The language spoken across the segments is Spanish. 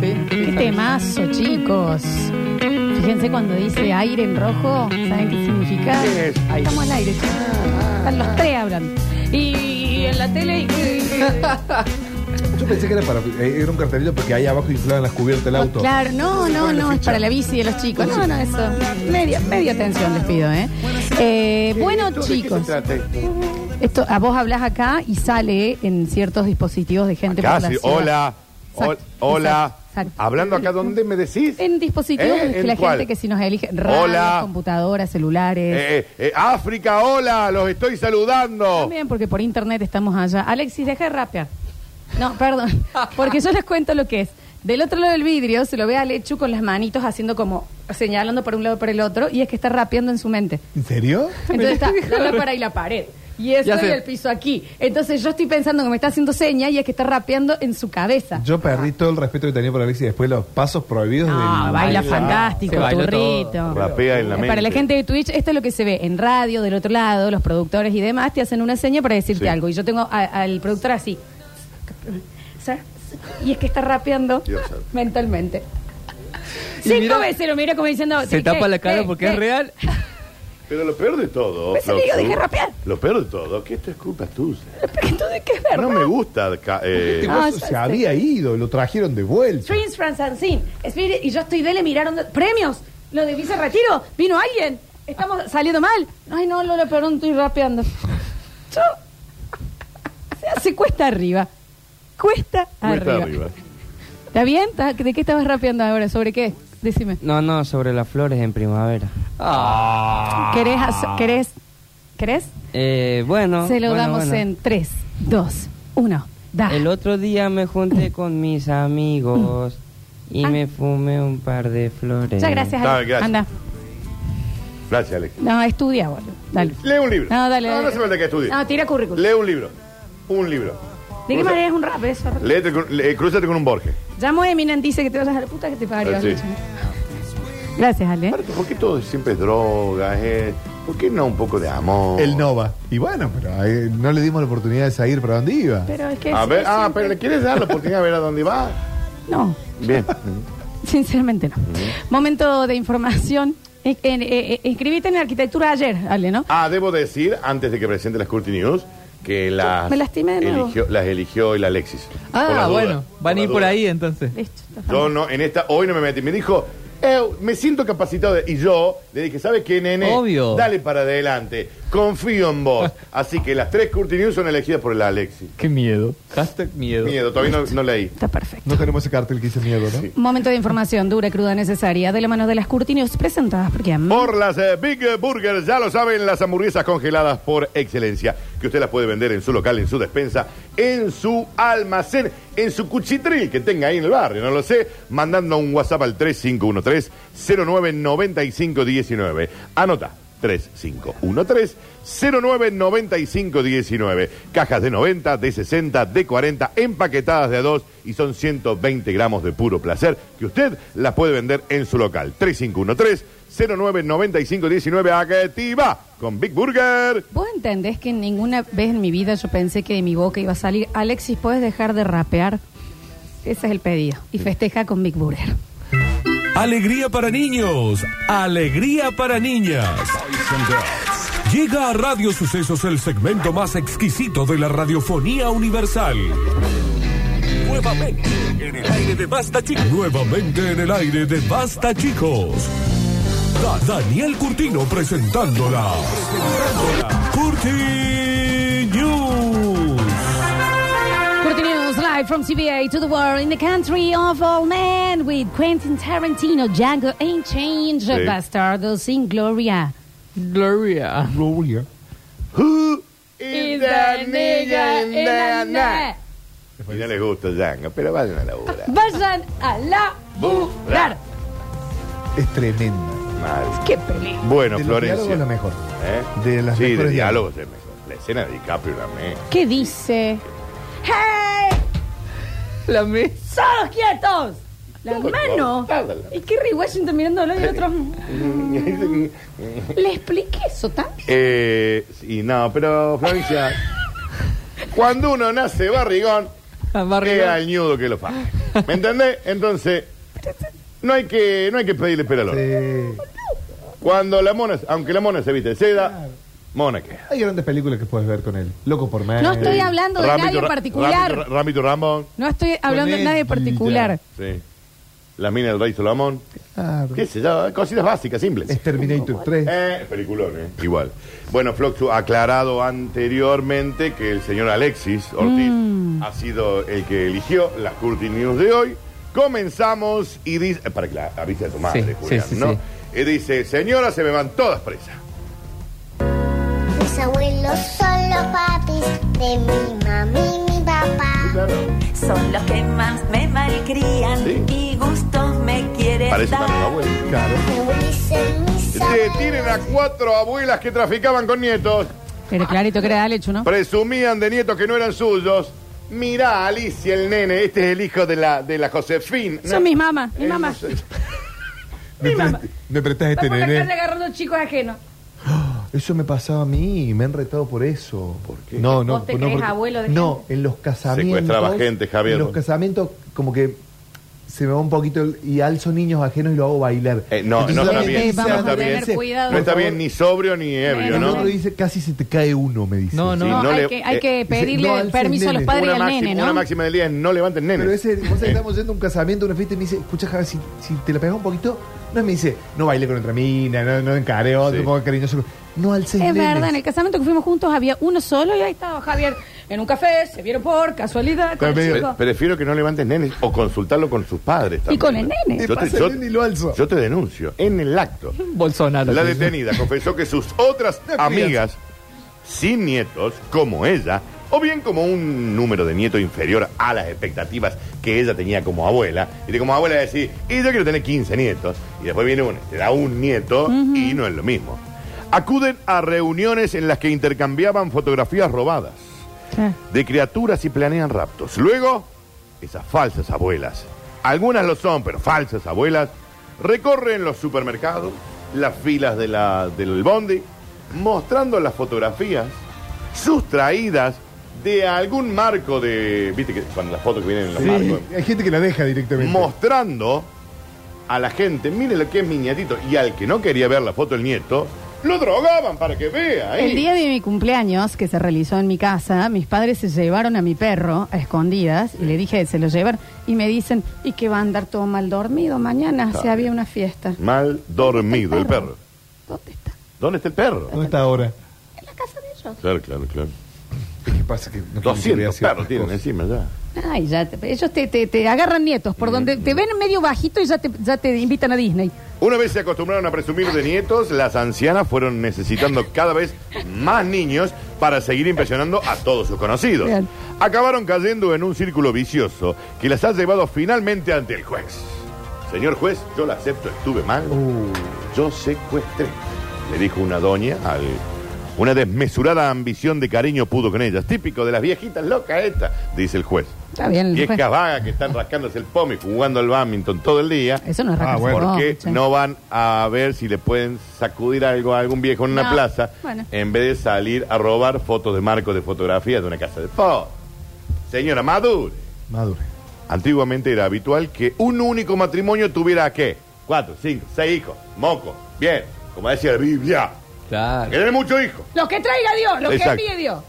Qué temazo, chicos. Fíjense cuando dice aire en rojo, ¿saben qué significa? ¿Qué es? Ahí estamos al aire, chicos. Están los tres hablando. Y en la tele... Yo pensé que era un cartelito porque ahí abajo inflaban las cubiertas del auto. Claro, no, es para la bici de los chicos. No, eso. Media atención les pido, bueno, chicos. Esto, a vos hablas acá y sale en ciertos dispositivos de gente Acá, por la sí. ciudad. Hola. Exacto. Hablando acá, ¿dónde me decís? En dispositivos que ¿En la cuál? gente que si nos elige, radios, Hola. computadoras, celulares. África, hola, los estoy saludando. También porque por internet estamos allá. Alexis, deja de rapear. No, perdón, porque yo les cuento lo que es. Del otro lado del vidrio se lo ve a Lechu con las manitos haciendo como señalando por un lado para el otro y es que está rapeando en su mente. ¿En serio? Entonces está la lámpara y la pared. Y eso y el piso aquí. Entonces yo estoy pensando que me está haciendo seña y es que está rapeando en su cabeza. Yo perdí todo el respeto que tenía por Alexis después los pasos prohibidos No, baila fantástico, turrito. Rapea en la mente. Para la gente de Twitch, esto es lo que se ve en radio, del otro lado, los productores y demás te hacen una seña para decirte algo. Y yo tengo al productor así. Y es que está rapeando mentalmente. 5 veces lo mira como diciendo... Se tapa la cara porque es real. Pero lo peor de todo... Pues le digo, dejé rapear. Lo peor de todo, que esto es culpa tuya. Pero entonces, ¿qué es verdad? No me gusta... Se había ido, lo trajeron de vuelta. Streams France Unseen. Y yo estoy dele, miraron premios. Lo de Visa Retiro. ¿Vino alguien? ¿Estamos saliendo mal? Ay, no, Lola, perdón, estoy rapeando. Yo... Se cuesta arriba. Cuesta arriba. ¿Está bien? ¿De qué estabas rapeando ahora? ¿Sobre qué? Decime. No, sobre las flores en primavera. ¿Querés? Bueno. Se lo damos en 3, 2, 1. Da. El otro día me junté con mis amigos y me fumé un par de flores. Ya, gracias, Alex. Gracias. Anda. Gracias, Alex. No, estudia, boludo. Dale. Lee un libro. No, dale. No hace falta que estudie. No, tira currículum. Lee un libro. Un libro. ¿De qué manera es un rap eso? Crúzate con un Borges. Llamo a Eminem, dice que te vayas a la puta que te parió. Sí. Gracias, Ale. ¿Por qué todo siempre es droga? ¿Por qué no un poco de amor? Él no va. Y bueno, pero no le dimos la oportunidad de seguir para dónde iba. Pero es que A ver, pero ¿le quieres dar la oportunidad de ver a dónde va? No. Bien. Sinceramente no. Momento de información. Inscribiste en arquitectura ayer, Ale, ¿no? Debo decir, antes de que presente las Curti News, que me lastimé de nuevo. las eligió el Alexis. Bueno, van a ir por ahí entonces. Listo. Yo no, hoy no me metí. Me dijo, me siento capacitado. Y yo le dije, ¿sabes qué, nene? Obvio. Dale para adelante. Confío en vos. Así que las 3 Curti News son elegidas por el Alexis. Qué miedo. #miedo. Miedo, todavía no leí. Está perfecto. No tenemos ese cartel que dice miedo, ¿no? Sí. Momento de información dura, cruda, necesaria. De la mano de las Curti News presentadas por quién. Por las Big Burgers, ya lo saben, las hamburguesas congeladas por excelencia, que usted las puede vender en su local, en su despensa, en su almacén, en su cuchitril que tenga ahí en el barrio, no lo sé, mandando un WhatsApp al 3513-099519. Anota, 3513-099519. Cajas de 90, de 60, de 40, empaquetadas de a 2 y son 120 gramos de puro placer que usted las puede vender en su local. 3513-099519. Activa con Big Burger. ¿Vos entendés que ninguna vez en mi vida yo pensé que de mi boca iba a salir Alexis, ¿puedes dejar de rapear? Ese es el pedido. Y festeja con Big Burger. Alegría para niños, alegría para niñas. Llega a Radio Sucesos el segmento más exquisito de la radiofonía universal. Nuevamente en el aire de Basta Chicos. Nuevamente en el aire de Basta Chicos. Daniel Curtino presentándola. Curti News. Curti News live from CBA to the world in the country of all men with Quentin Tarantino, Django Unchained, Sí. Bastardos sin Gloria. Gloria. Gloria. Who Is the nigga in the net? Y no les gusta Django, pero vayan a la hora. Vayan a laburar. Es tremenda. Mal. Qué película. Bueno, De los Florencia. diálogos es lo mejor. De las sí, de mejores diálogos es mejor. La escena de DiCaprio la me. ¿Qué dice? ¡Hey! La mesa. ¡Solos quietos! La Todo, mano. todo. Y Kerry Washington mirándolo y el otro. Le expliqué eso también. Y no, pero Florencia, cuando uno nace barrigón, es al ñudo que lo faje. ¿Me entendés? Entonces, no hay que pedirle pelo al oro. Sí. Cuando la mona, aunque la mona se viste de seda, mona queda. Hay grandes películas que puedes ver con él. Loco por Mary. No estoy hablando de nadie en particular. Ramito Ramón. No estoy hablando de nadie en particular. Sí. La mina del Rey Solomón. Claro. ¿Qué sé yo? Cositas básicas, simples. Es Terminator 3. Peliculón, igual. Bueno, Floxu ha aclarado anteriormente que el señor Alexis Ortiz ha sido el que eligió las Curti News de hoy. Comenzamos y dice, para que la avise a tu madre, Sí, Julián, sí, ¿no? sí. Y dice, señora, se me van todas presas. Mis abuelos son los papis de mi mami y mi papá. Claro. Son los que más me malcrían Sí. y gustos me quieren Parece dar. también abuela. Claro. Me dicen mis Tienen a 4 abuelas que traficaban con nietos. Pero clarito que era Alechu, ¿no? Presumían de nietos que no eran suyos. Mirá, Alicia, el nene, este es el hijo de la Josefín. Son mis mamás, mi mamá. No sé. Me prestás este Estamos en la calle nene. agarrando chicos ajenos. Eso me pasaba a mí, me han retado por eso. ¿Por qué? No, ¿Vos te crees abuelo de No, gente? en los casamientos. Secuestraba gente, Javier. En los casamientos, como que se me va un poquito y alzo niños ajenos y lo hago bailar. No Entonces, está la bien. gente vamos No a está tener bien. cuidado. No está bien ni sobrio ni ebrio, El ¿no? otro dice, casi se te cae uno, me dice. No, no. Sí, No, no hay, le- que, hay que pedirle no alces permiso a los nene. padres y Una al máxima, nene, una ¿no? máxima del día es no levanten nenes. Pero ese, vos sabés que estamos yendo a un casamiento, una fiesta, y me dice, escucha, Javier, si te la pegas un poquito, no me dice, no baile con otra mina, no encare otro, Sí. ponga cariñoso. No alces Es nenes. verdad, en el casamiento que fuimos juntos había uno solo y ahí estaba Javier en un café, se vieron por casualidad con el También. chico. Prefiero que no levantes nenes o consultarlo con sus padres también. con el nene. Te pasa el nene y lo alzo. Yo te denuncio. En el acto, Bolsonaro. la detenida confesó que sus otras Una crianza. amigas, sin nietos, como ella, o bien como un número de nietos inferior a las expectativas que ella tenía como abuela, y de como abuela decir, y yo quiero tener 15 nietos, y después viene uno, te da un nieto, y no es lo mismo. Acuden a reuniones en las que intercambiaban fotografías robadas de criaturas y planean raptos. Luego, esas falsas abuelas, algunas lo son, pero falsas abuelas, recorren los supermercados, las filas del bondi, mostrando las fotografías sustraídas de algún marco de... ¿Viste que cuando las fotos que vienen en los Sí, marcos? hay gente que la deja directamente. Mostrando a la gente, mire lo que es mi nietito. Y al que no quería ver la foto del nieto, lo drogaban para que vea. El día de mi cumpleaños, que se realizó en mi casa, mis padres se llevaron a mi perro a escondidas y le dije, se lo llevar y me dicen, ¿y que va a andar todo mal dormido mañana? Si había una fiesta. Mal dormido el perro. ¿Dónde está? ¿Dónde está el perro? ¿Dónde está ahora? En la casa de ellos. Claro, claro, claro. ¿Qué pasa? Que no quieren que vea 200 ciertas perros tienen cosas. encima ya. Ay, ya, ellos te agarran nietos por donde te ven medio bajito y ya te invitan a Disney. Una vez se acostumbraron a presumir de nietos, las ancianas fueron necesitando cada vez más niños para seguir impresionando a todos sus conocidos. Bien. Acabaron cayendo en un círculo vicioso que las ha llevado finalmente ante el juez. Señor juez, yo la acepto, estuve mal. Yo secuestré, le dijo una doña al... Una desmesurada ambición de cariño pudo con ellas. Típico de las viejitas locas esta, dice el juez. Está bien. Viejas vagas que están rascándose el pomo y jugando al badminton todo el día. Eso no es rascarse bueno. el pomo, Porque che. no van a ver si le pueden sacudir algo a algún viejo en una No, plaza bueno. en vez de salir a robar fotos de marcos de fotografía de una casa de fotos. Señora, madure. Madure. Antiguamente era habitual que un único matrimonio tuviera, ¿qué? 4, 5, 6 hijos. Moco. Bien. Como decía la Biblia. Claro. Que tener muchos hijos. Lo que traiga Dios, lo Exacto. que envíe Dios.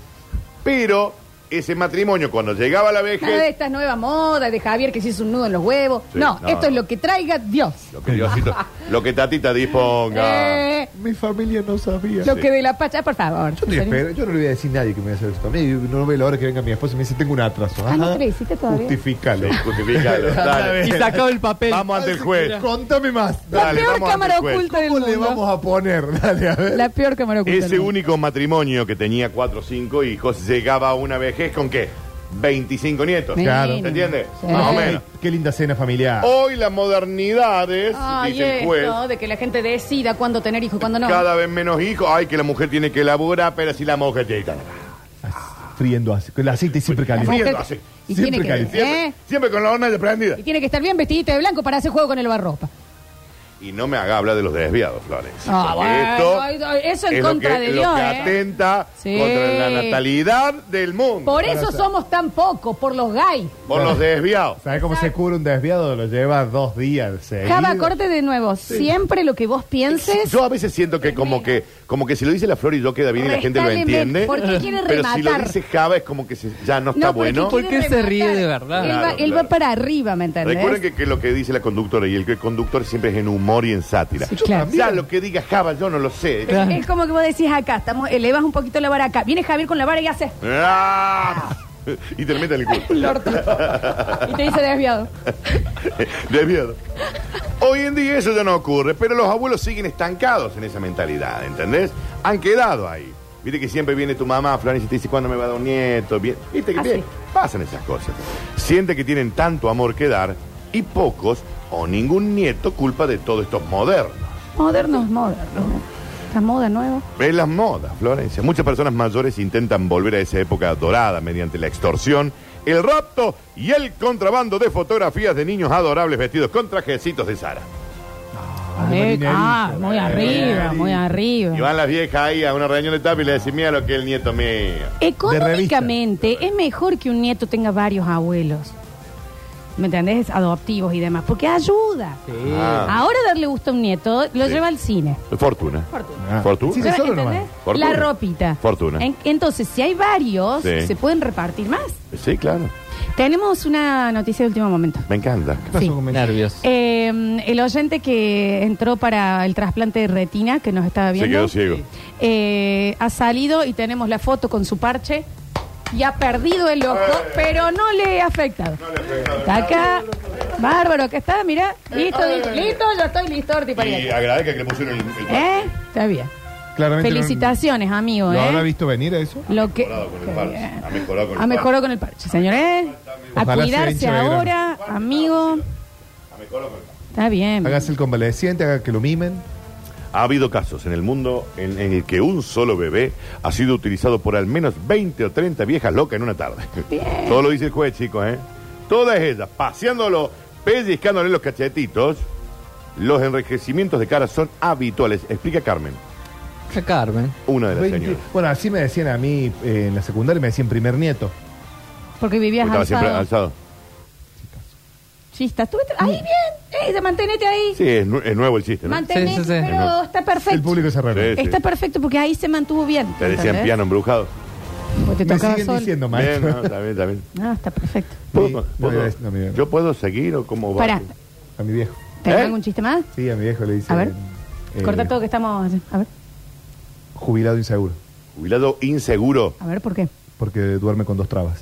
Pero ese matrimonio, cuando llegaba a la Nada de vejez, estas nuevas modas de Javier que se hizo un nudo en los huevos. Sí, no, no. esto es lo que traiga Dios. lo que Diosito, lo que Tatita disponga. Mi familia no sabía. Lo que de la pacha, por favor. Yo, yo no le voy a decir a nadie que me vaya a hacer esto a mí. No veo la hora que venga mi esposa y me dice, tengo un atraso. Ah, ¿no Ajá. te lo hiciste todavía? Justifícalo. Sí, justificalo, dale. Y sacó el papel. Vamos ante el juez. Contame más. La Dale, peor vamos cámara ante el juez. oculta del ¿Cómo le mundo. vamos a poner? Dale, a ver. La peor cámara oculta. Ese del mundo. único matrimonio que tenía 4 o 5 hijos llegaba a una vejez con ¿qué? 25 nietos. Claro. ¿Se entiende? Sí. Más o menos. Qué linda cena familiar. Hoy la modernidad es, Ay, dice el juez, esto, de que la gente decida cuándo tener hijos y cuándo no. cada vez menos hijos. Ay, que la mujer tiene que laburar, pero si la mujer tiene que Friendo así. Con el aceite siempre La caliente. mujer- friendo así. y Siempre tiene que, caliente. Siempre con la hornalla prendida. y tiene que estar bien vestidita de blanco para hacer juego con el lavarropa. Y no me haga hablar de los desviados, Florencia. Ah, Porque bueno, eso en es contra de Dios, lo que ¿eh? atenta Sí. contra la natalidad del mundo. Por eso somos tan pocos, por los gays. Por los desviados. ¿Sabes cómo se cura un desviado? Lo lleva 2 días seguidos. Java, corte de nuevo. Siempre lo que vos pienses. Yo a veces siento que como que si lo dice la Flor y yo queda bien y la gente lo Restáleme, entiende. porque quiere Pero si lo rematar. dice Java es como que ya no está No, porque bueno. quiere ¿Por qué se ríe rematar. de verdad? Él Claro. va para arriba, ¿me entendés? Recuerden que lo que dice la conductora y el conductor siempre es en humor y en sátira. Sí, claro. Ya lo que diga Java yo no lo sé. Es como que vos decís acá, elevas un poquito la vara acá. Viene Javier con la vara y hace ¡Ah! Y te lo mete en el culo. el orto. Y te dice desviado. Desviado. Hoy en día eso ya no ocurre, pero los abuelos siguen estancados en esa mentalidad, ¿entendés? Han quedado ahí. Viste que siempre viene tu mamá, Florencia, y te dice, ¿cuándo me va a dar un nieto? Viste que Ah, bien, sí. pasan esas cosas. Siente que tienen tanto amor que dar y pocos o ningún nieto culpa de todos estos modernos. Modernos. La moda nueva. Es las modas, Florencia. Muchas personas mayores intentan volver a esa época dorada mediante la extorsión, el rapto y el contrabando de fotografías de niños adorables vestidos con trajecitos de Sara. Muy arriba, muy arriba. Y van las viejas ahí a una reunión de tapa y le decís, mira lo que es el nieto mío. Económicamente es mejor que un nieto tenga varios abuelos. ¿Me entendés? Adoptivos y demás. Porque ayuda. Ah. Ahora darle gusto a un nieto lo lleva al cine. Fortuna. Ah. Fortuna. Sí, solo ¿Entendés? nomás. Fortuna. La ropita. Fortuna. Entonces, si hay varios, Sí. se pueden repartir más. Sí, claro. Tenemos una noticia de último momento. Me encanta. Sí. Nervios. El oyente que entró para el trasplante de retina, que nos estaba Se viendo, quedó ciego. ha salido y tenemos la foto con su parche y ha perdido el ojo, pero no le ha afectado. Está acá. Bárbaro, acá está, mira. Listo, ya estoy listo, Orti, para Y ir. agradezca que le pusieron el Está bien. Claramente Felicitaciones, amigo. ¿Lo habrá visto venir a eso? Lo que mejorado con el parche. Ha mejorado con el ha mejorado con el parche, señores. A Ojalá sea cuidarse hincha de ahora, amigo. Ha mejorado con el parche. Está bien. Hágase el convaleciente, haga que lo mimen. Ha habido casos en el mundo en el que un solo bebé ha sido utilizado por al menos 20 o 30 viejas locas en una tarde. Todo lo dice el juez, chicos, ¿eh? Todas ellas, paseándolo, pellizcándole los cachetitos. Los enrejecimientos de cara son habituales. Explica Carmen, Carmen. una de las 20. señoras. Bueno, así me decían a mí en la secundaria, me decían primer nieto. Porque vivías Estaba siempre alzado. alzado. Chista, estuviste ahí bien. Mantenete ahí. Sí, es nuevo el chiste, ¿no? Mantenete, Sí, sí, sí. pero está perfecto. El público se renueva. Sí. Está perfecto porque ahí se mantuvo bien. Te decían ¿entendés? piano embrujado. Porque te Me tocaba siguen sol. diciendo, Bien, maestro. no, está bien, está bien. No, está perfecto. ¿Puedo- no, mira. ¿Yo puedo seguir o cómo va? Pará, A mi viejo. ¿tenés ¿Eh? algún chiste más? Sí, a mi viejo le dice. A ver. Corta todo que estamos. A ver, Jubilado inseguro. Jubilado inseguro. a ver, ¿por qué? Porque duerme con 2 trabas.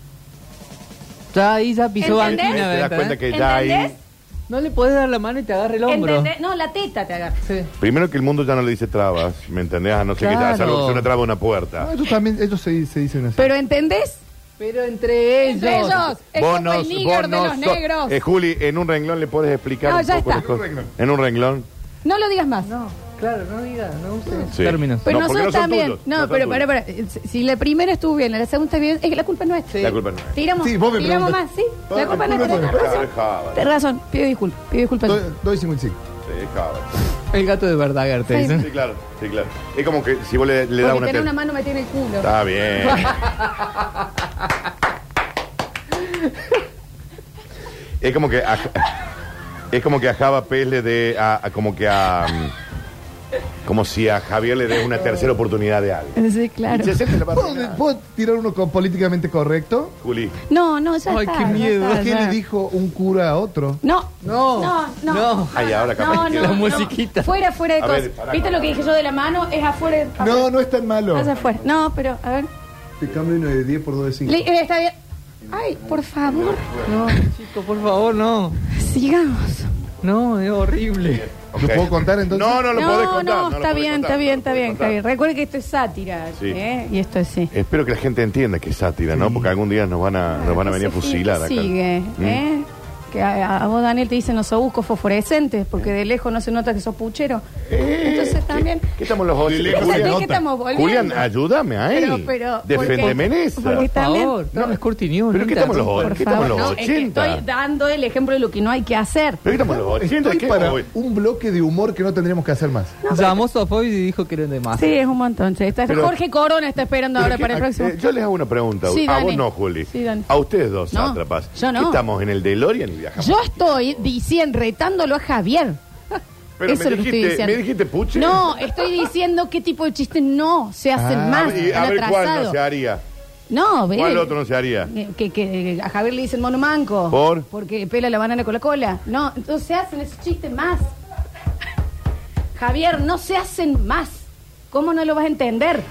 Ya ahí ya pisó ¿Entendés? banquina. Te das ¿verdad? cuenta que ya ¿Entendés? ahí... No le podés dar la mano y te agarra el hombro. ¿Entendés? No, la teta te agarra. Sí. Primero que el mundo ya no le dice trabas, ¿me entendés? A no ser que Claro. salvo que sea una traba o una puerta. No, ellos se dicen así. Pero ¿entendés? Pero entre ellos. Entre ellos. Es como el nigger de los negros. Juli, en un renglón le puedes explicar No, un ya poco está. las cosas? En un renglón. No lo digas más. No, claro, no digas, no uses Sí. términos. Pero No, porque nosotros no son también. tuyos, No, no son pero tuyos. para. Si la primera estuvo bien, la segunda está bien, es que la culpa es nuestra. La culpa no es. Tiramos, Sí, vos me tiramos preguntas. más, sí. La culpa es nuestra. culpa Tenés es razón. Java. Tenés razón. Pido disculpas. Doy 55. Sí, Java. El gato de Verdaguer, te Sí. dicen. Sí, claro, sí, claro. Es como que si vos le das Porque una... tener una mano metida en el culo. Está bien. Es como que a Java Pérez le dé como si a Javier le dé una tercera oportunidad de algo. Sí, claro. Se siente la parte- ¿Puedo tirar uno políticamente correcto? Juli, No, ya Ay, está. qué ya miedo. está, ¿Qué ya. le dijo un cura a otro? No. No. No. ay, ahora capaz que La musiquita. Fuera de A cosas. ver, pará, ¿Viste pará, lo que dije yo de la mano? Es afuera. No, no es tan malo. Hacia afuera. No, pero, a ver. Te cambio uno de 10 por 2 de 5. Está bien. Ay, por favor. No, chico, por favor, no. Sigamos. No, es horrible. ok. ¿Lo puedo contar entonces? No lo podés contar. No, lo está podés bien, contar, está bien, no lo está podés bien, contar. está bien. Recuerde que esto es sátira, Sí. Y esto es sí. Espero que la gente entienda que es sátira, ¿no? Porque algún día nos van a venir a fusilar acá. Sigue, ¿Mm? Que a vos, Daniel, te dicen no sos busco fosforescentes porque de lejos no se nota que sos puchero. Entonces está también. ¿Qué estamos los 80? lejos ¿Sabés se qué nota. estamos volviendo? Julián, ayúdame ahí. Pero, Deféndeme en esa. porque Por también. favor, no es Curti News. ¿Pero qué estamos los Por 80? ¿Qué estamos favor, los no, es que 80? estoy dando el ejemplo de lo que no hay que hacer. ¿Pero qué estamos los 80? Estoy ¿Qué para voy? un bloque de humor que no tendríamos que hacer más. Llamó Sofía y dijo que eran de más. Sí, es un montón. Sí. Pero- Jorge Corona está esperando ahora Pero para el que- próximo. yo les hago una pregunta. Sí, a Dani. vos no, Juli. Sí, Dani. A ustedes dos, No, sátrapas. yo no. ¿Qué estamos en el DeLorean y viajamos? Yo estoy diciendo, retándolo a Javier. Pero Eso es lo que estoy diciendo. ¿Me dijiste puche? No, estoy diciendo qué tipo de chistes no se hacen más. Y a han ver cuál atrasado. no se haría. No, ve. ¿Cuál otro no se haría? Que a Javier le dicen mono manco. ¿Por? Porque pela la banana con la cola. No, entonces se hacen esos chistes más. Javier, no se hacen más. ¿Cómo no lo vas a entender?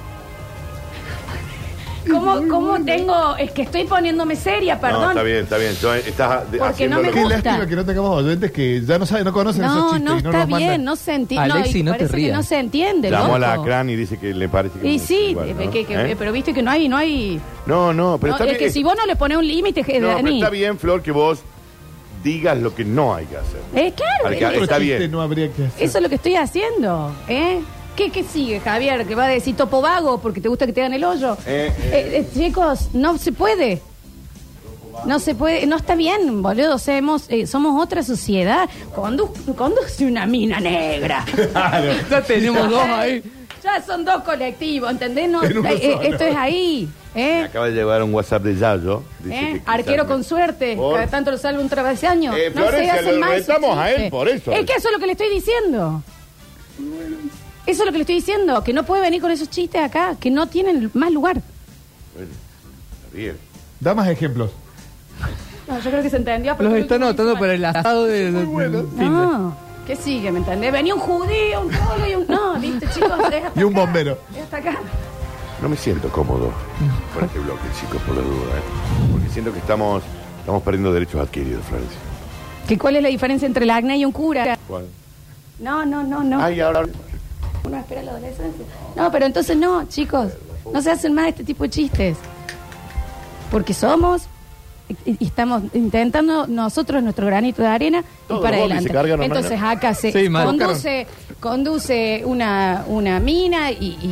¿Cómo tengo...? Es que estoy poniéndome seria, perdón. No, está bien, está bien. Porque no me Qué gusta. lástima que no tengamos oyentes que ya no saben, no conocen esos No, chistes. no y no está nos mandan. bien, no se entiende. Alexi, no te parece que rías. no se entiende, Llamó a la loco. Crán y dice que le parece que... Y es sí, igual, ¿no? pero viste que no hay... No, pero No, está es bien. que si vos no le pones un límite, No, pero Dani. está bien, Flor, que vos digas lo que no hay que hacer. Claro, Porque Otro está chiste bien. no habría que hacer. eso es lo que estoy haciendo, ¿eh? ¿Qué sigue, Javier? ¿Que va a decir topo vago porque te gusta que te hagan el hoyo? Chicos, no se puede. No se puede, no está bien, boludo. Somos otra sociedad. Conduce una mina negra. Ya tenemos dos ahí. Ya son dos colectivos, ¿entendés? No, En uno solo. esto es ahí. Me acaba de llegar un WhatsApp de Yayo. Dice que quizás Arquero me- con suerte, ¿Por? cada tanto lo salva un travesaño. Florencia, lo retamos a él por eso. Es que eso es lo que le estoy diciendo. Eso es lo que le estoy diciendo, que no puede venir con esos chistes acá, que no tienen más lugar. Bueno, está bien. Da más ejemplos. No, yo creo que se entendió. pero Los creo está que no anotando hizo para mal. el asado de No, ¿qué sigue? ¿Me entendés? Venía un judío, un trolo y un... No, viste, chicos, deja hasta Y un acá. bombero. Deja hasta acá. No me siento cómodo con este bloque, chicos, por la duda. Porque siento que estamos perdiendo derechos adquiridos, Florencia. ¿Cuál es la diferencia entre el acné y un cura? ¿Cuál? No. Ay, ahora... Uno espera la adolescencia. No, pero entonces no, chicos. No se hacen más este tipo de chistes. Porque somos y estamos intentando nosotros nuestro granito de arena Todos y para los bondis adelante. se cargan, Entonces hermano. acá se Sí, mal. conduce una mina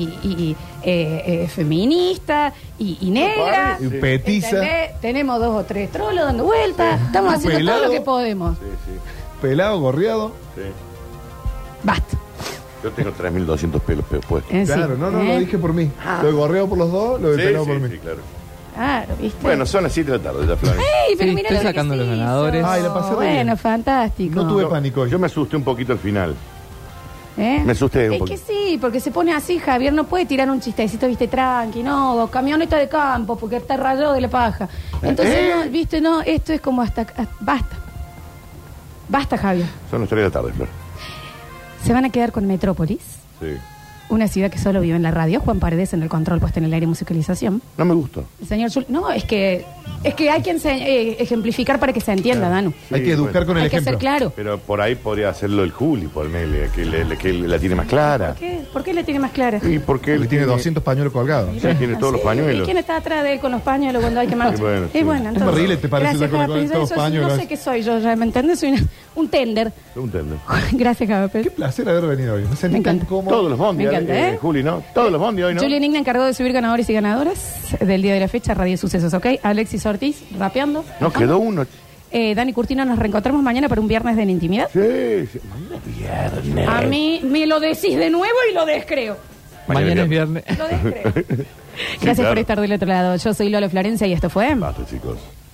feminista y negra. Y petiza. ¿Entendés? Tenemos 2 o 3 trolos dando vueltas. Estamos haciendo Pelado. todo lo que podemos. Sí, sí, Pelado, gorreado. sí. Basta. Yo tengo 3.200 pelos puestos. Claro, no, lo dije por mí. Lo de gorreado por los dos, lo de Sí, pelado sí, por mí. sí, claro. Claro, ¿viste? Bueno, son las 7 de la tarde ya, Florencia. Ey, pero Sí, mira estoy lo que sacando se los hizo. ganadores. Ay, la pasé re Bueno, bien. fantástico. No tuve pánico hoy. Yo me asusté un poquito al final. ¿Eh? Me asusté un Es que poquito. sí, porque se pone así, Javier no puede tirar un chistecito, viste, tranqui, no, camioneta de campo, porque está rayado de la paja. Entonces, no, viste, no, esto es como basta. Basta, Javier. Son las 3 de la tarde, Flor. Se van a quedar con Metrópolis, Sí. una ciudad que solo vive en la radio. Juan Paredes en el control, puesto en el aire y musicalización. No me gustó. El señor no, es que hay que ejemplificar para que se entienda, Danu. Sí, Hay que educar bueno. con el Hay que ser ejemplo. claro. Pero por ahí podría hacerlo el Juli, ponele, que la tiene más clara. ¿Por qué le tiene más clara? ¿Y por qué Porque tiene 200 pañuelos colgados. Sí, tiene todos los Sí, pañuelos. ¿Y quién está atrás de él con los pañuelos cuando hay que marchar? Y bueno, Y sí. bueno, entonces, barrilete parece gracias, ya con Javi, todos eso pañuelos. no sé qué soy yo, ya, ¿me entiendes? Soy un tender. Un tender. Gracias, Javi. Qué placer haber venido hoy. Me sentí Me tan encanta. cómodo. Todos los bondis, Me encanta, ¿eh? Juli, ¿no? Todos los bondis hoy, ¿no? Julián Igna encargó de subir ganadores y ganadoras del día de la fecha, Radio Sucesos, ¿ok? Alexis Ortiz, rapeando. No, quedó uno. Dani Curtino, nos reencontramos mañana para un viernes de la intimidad. Sí, sí. Viernes. A mí me lo decís de nuevo y lo descreo. Mañana es viernes. Lo descreo. Gracias claro. por estar del otro lado. Yo soy Lola Florencia y esto fue... Basta, chicos.